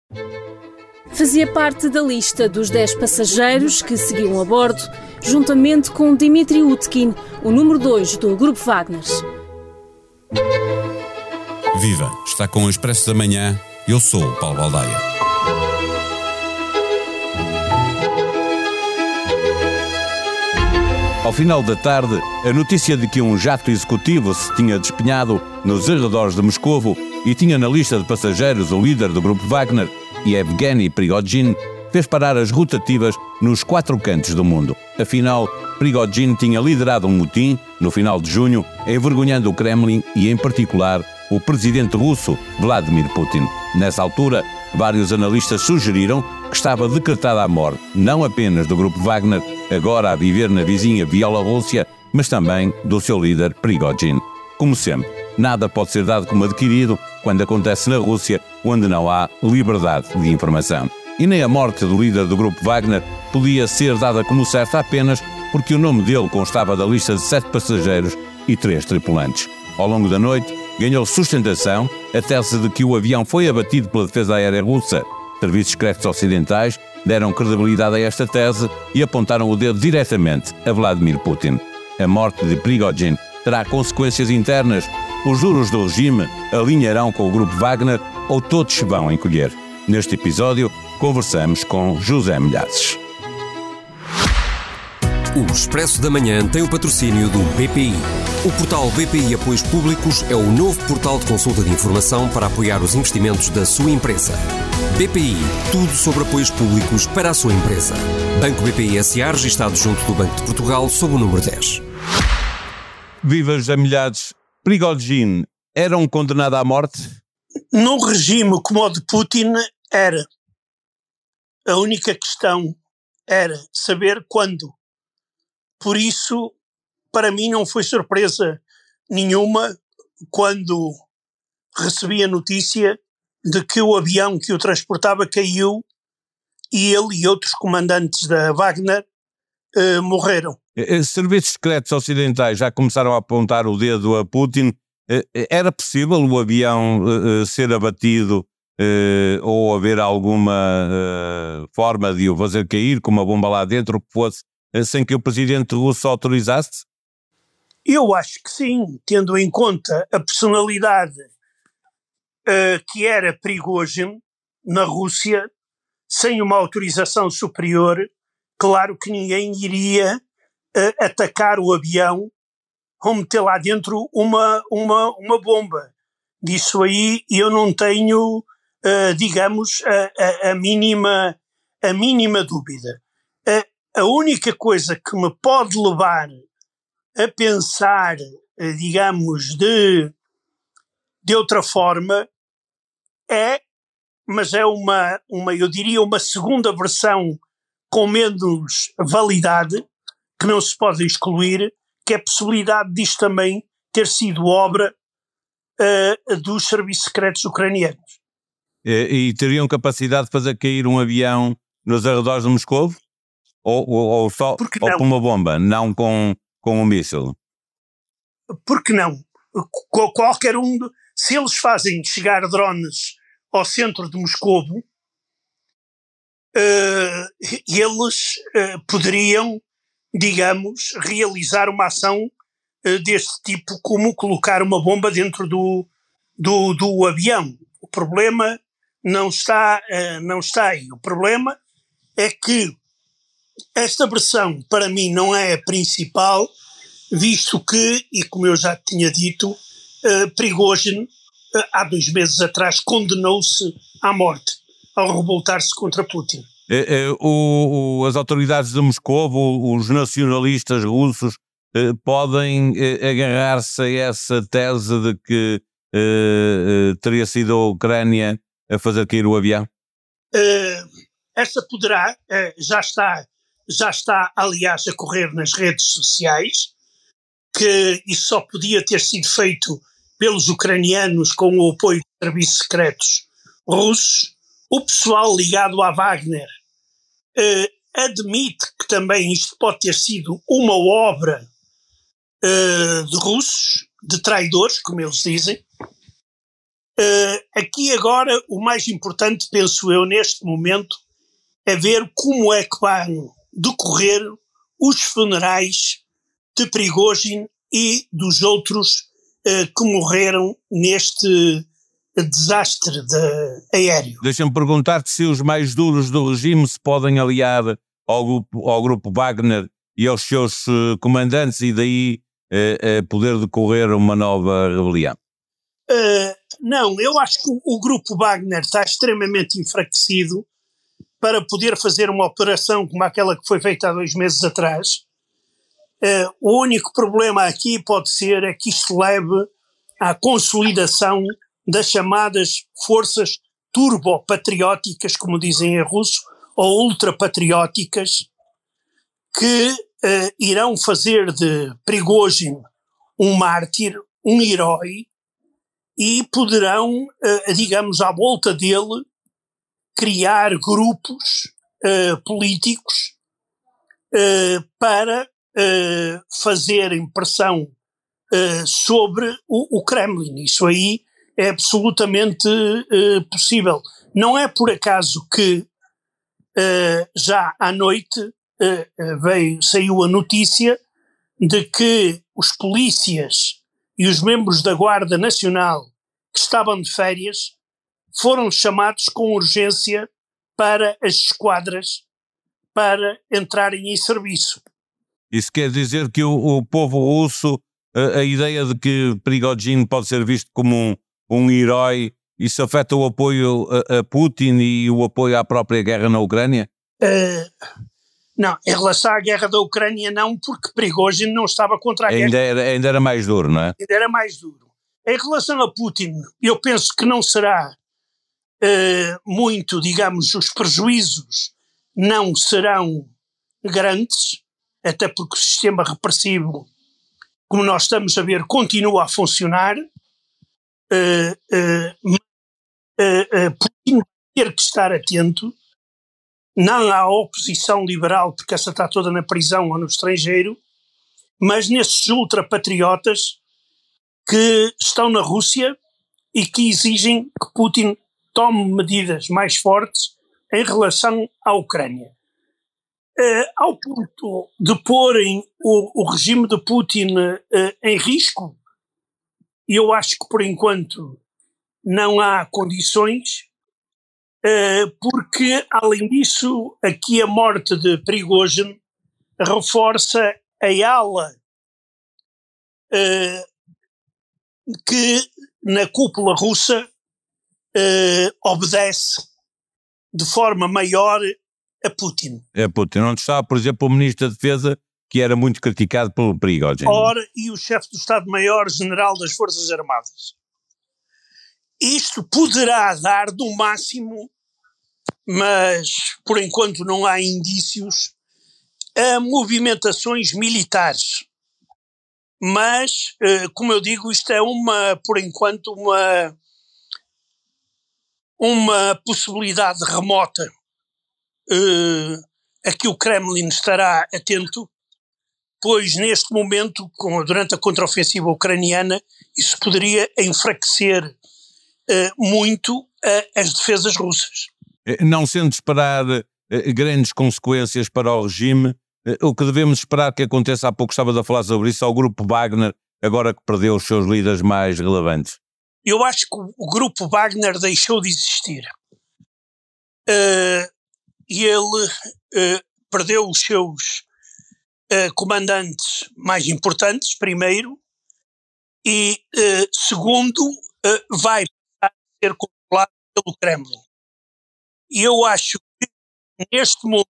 Fazia parte da lista dos 10 passageiros que seguiam a bordo, juntamente com Dmitry Utkin, o número 2 do Grupo Wagner. Viva! Está com o Expresso da Manhã. Eu sou o Paulo Baldaia. Ao final da tarde, a notícia de que um jato executivo se tinha despenhado nos arredores de Moscovo e tinha na lista de passageiros o líder do Grupo Wagner, Yevgeny Prigozhin, fez parar as rotativas nos 4 cantos do mundo. Afinal, Prigozhin tinha liderado um motim, no final de junho, envergonhando o Kremlin e, em particular, o presidente russo, Vladimir Putin. Nessa altura, vários analistas sugeriram que estava decretada a morte, não apenas do Grupo Wagner, agora a viver na vizinha Bielorrússia, mas também do seu líder Prigozhin. Como sempre, nada pode ser dado como adquirido quando acontece na Rússia, onde não há liberdade de informação. E nem a morte do líder do Grupo Wagner podia ser dada como certa apenas porque o nome dele constava da lista de 7 passageiros e 3 tripulantes. Ao longo da noite, ganhou sustentação a tese de que o avião foi abatido pela defesa aérea russa. Serviços secretos ocidentais deram credibilidade a esta tese e apontaram o dedo diretamente a Vladimir Putin. A morte de Prigozhin terá consequências internas. Os juros do regime alinharão com o Grupo Wagner ou todos se vão encolher. Neste episódio, conversamos com José Milhazes. O Expresso da Manhã tem o patrocínio do BPI. O portal BPI Apoios Públicos é o novo portal de consulta de informação para apoiar os investimentos da sua empresa. BPI, tudo sobre apoios públicos para a sua empresa. Banco BPI S.A. registado junto do Banco de Portugal sob o número 10. Viva José Milhazes. Prigozhin era um condenado à morte? Num regime como o de Putin, era. A única questão era saber quando. Por isso, para mim não foi surpresa nenhuma quando recebi a notícia de que o avião que o transportava caiu e ele e outros comandantes da Wagner morreram. Serviços secretos ocidentais já começaram a apontar o dedo a Putin. Era possível o avião ser abatido ou haver alguma forma de o fazer cair com uma bomba lá dentro que fosse sem que o presidente russo autorizasse? Eu acho que sim, tendo em conta a personalidade que era Prigozhin na Rússia, sem uma autorização superior, claro que ninguém iria atacar o avião ou meter lá dentro uma bomba. Disso aí eu não tenho, digamos, a mínima dúvida. A única coisa que me pode levar a pensar, digamos, de outra forma mas é eu diria uma segunda versão com menos validade, que não se pode excluir, que é a possibilidade disto também ter sido obra dos serviços secretos ucranianos. E teriam capacidade de fazer cair um avião nos arredores de Moscovo? Ou só ou com uma bomba, não com um míssil? Por que não? Qualquer se eles fazem chegar drones ao centro de Moscovo, eles poderiam, digamos, realizar uma ação deste tipo, como colocar uma bomba dentro do avião. O problema não está aí. O problema é que esta versão, para mim, não é a principal, visto que, e como eu já tinha dito, Prigozhin, há 2 meses atrás, condenou-se à morte ao revoltar-se contra Putin. As autoridades de Moscovo, os nacionalistas russos, podem agarrar-se a essa tese de que teria sido a Ucrânia a fazer cair o avião? Essa poderá, já está, aliás, a correr nas redes sociais, que isso só podia ter sido feito pelos ucranianos com o apoio de serviços secretos russos. O pessoal ligado à Wagner admite que também isto pode ter sido uma obra de russos, de traidores, como eles dizem. Aqui agora o mais importante, penso eu, neste momento, é ver como é que vão decorrer os funerais de Prigozhin e dos outros que morreram neste desastre aéreo. Deixa-me perguntar-te se os mais duros do regime se podem aliar ao grupo Wagner e aos seus comandantes e daí poder decorrer uma nova rebelião. Não, eu acho que o grupo Wagner está extremamente enfraquecido para poder fazer uma operação como aquela que foi feita há 2 meses atrás. O único problema aqui pode ser é que isto leve à consolidação das chamadas forças turbopatrióticas, como dizem em russo, ou ultrapatrióticas, que irão fazer de Prigozhin um mártir, um herói, e poderão, digamos, à volta dele, criar grupos políticos para fazerem pressão sobre o Kremlin. Isso aí é absolutamente possível. Não é por acaso que já à noite saiu a notícia de que os polícias e os membros da Guarda Nacional que estavam de férias foram chamados com urgência para as esquadras para entrarem em serviço. Isso quer dizer que o povo russo, a ideia de que Prigozhin pode ser visto como um herói, isso afeta o apoio a Putin e o apoio à própria guerra na Ucrânia? Não, em relação à guerra da Ucrânia não, porque Prigozhin não estava contra a guerra. Ainda era mais duro, não é? Ainda era mais duro. Em relação a Putin, eu penso que não será muito, digamos, os prejuízos não serão grandes, até porque o sistema repressivo, como nós estamos a ver, continua a funcionar. Putin vai ter que estar atento, não à oposição liberal, porque essa está toda na prisão ou no estrangeiro, mas nesses ultrapatriotas que estão na Rússia e que exigem que Putin tome medidas mais fortes em relação à Ucrânia. Ao ponto de porem o regime de Putin em risco, eu acho que por enquanto não há condições, porque além disso aqui a morte de Prigozhin reforça a ala que na cúpula russa obedece de forma maior a Putin. Putin. Onde está, por exemplo, o Ministro da Defesa, que era muito criticado pelo Prigozhin. E o chefe do Estado-Maior-General das Forças Armadas. Isto poderá dar do máximo, mas por enquanto não há indícios, a movimentações militares. Mas, como eu digo, isto é por enquanto, uma possibilidade remota a que o Kremlin estará atento, pois neste momento, durante a contraofensiva ucraniana, isso poderia enfraquecer muito as defesas russas. Não sendo de esperar grandes consequências para o regime, o que devemos esperar que aconteça, há pouco estava a falar sobre isso, ao grupo Wagner, agora que perdeu os seus líderes mais relevantes? Eu acho que o grupo Wagner deixou de existir. E ele perdeu os seus comandantes mais importantes, primeiro, e segundo, vai ser controlado pelo Kremlin. E eu acho que neste momento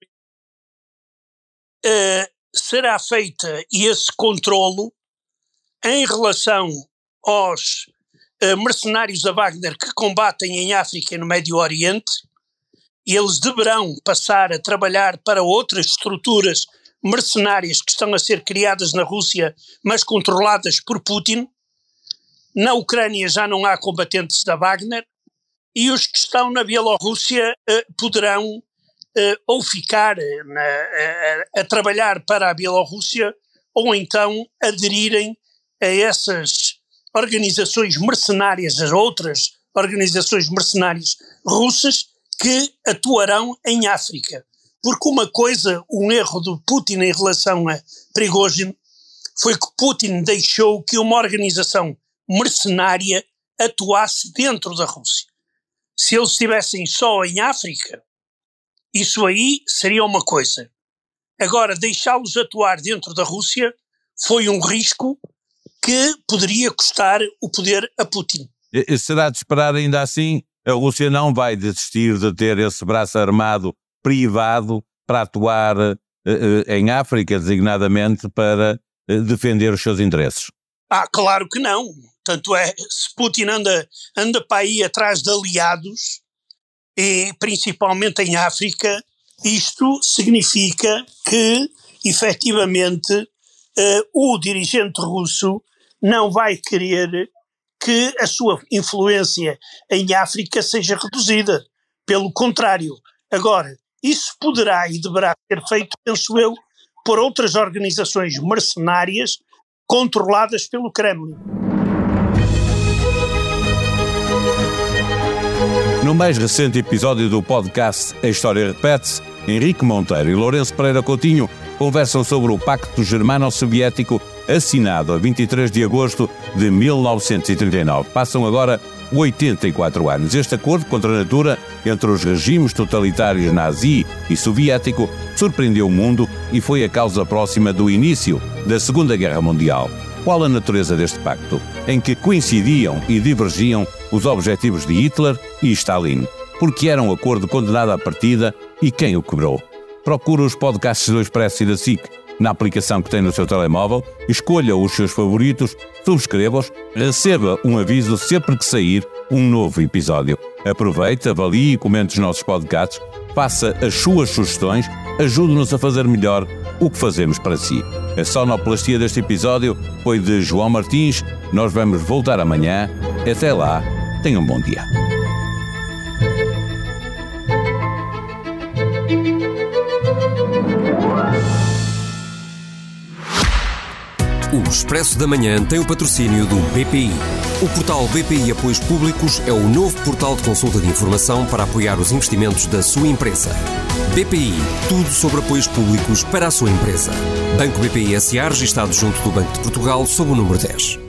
será feita esse controlo em relação aos mercenários da Wagner que combatem em África e no Médio Oriente. E eles deverão passar a trabalhar para outras estruturas mercenárias que estão a ser criadas na Rússia, mas controladas por Putin. Na Ucrânia já não há combatentes da Wagner, e os que estão na Bielorrússia poderão ou ficar a trabalhar para a Bielorrússia, ou então aderirem a essas organizações mercenárias, as outras organizações mercenárias russas que atuarão em África. Porque um erro do Putin em relação a Prigozhin foi que Putin deixou que uma organização mercenária atuasse dentro da Rússia. Se eles estivessem só em África, isso aí seria uma coisa. Agora, deixá-los atuar dentro da Rússia foi um risco que poderia custar o poder a Putin. Será de esperar ainda assim? A Rússia não vai desistir de ter esse braço armado privado para atuar em África, designadamente para defender os seus interesses? Claro que não. Tanto é, se Putin anda para aí atrás de aliados, e principalmente em África, isto significa que, efetivamente, o dirigente russo não vai querer que a sua influência em África seja reduzida. Pelo contrário. Agora, isso poderá e deverá ser feito, penso eu, por outras organizações mercenárias controladas pelo Kremlin. No mais recente episódio do podcast A História Repete-se, Henrique Monteiro e Lourenço Pereira Coutinho conversam sobre o Pacto Germano-Soviético assinado a 23 de agosto de 1939. Passam agora 84 anos. Este acordo contra a natura entre os regimes totalitários nazi e soviético surpreendeu o mundo e foi a causa próxima do início da Segunda Guerra Mundial. Qual a natureza deste pacto, em que coincidiam e divergiam os objetivos de Hitler e Stalin? Por que era um acordo condenado à partida e quem o quebrou? Procure os podcasts do Expresso e da SIC na aplicação que tem no seu telemóvel, escolha os seus favoritos, subscreva-os, receba um aviso sempre que sair um novo episódio. Aproveite, avalie e comente os nossos podcasts, faça as suas sugestões, ajude-nos a fazer melhor o que fazemos para si. A sonoplastia deste episódio foi de João Martins. Nós vamos voltar amanhã. Até lá, tenham um bom dia. O Expresso da Manhã tem o patrocínio do BPI. O portal BPI Apoios Públicos é o novo portal de consulta de informação para apoiar os investimentos da sua empresa. BPI, tudo sobre apoios públicos para a sua empresa. Banco BPI S.A. registado junto do Banco de Portugal sob o número 10.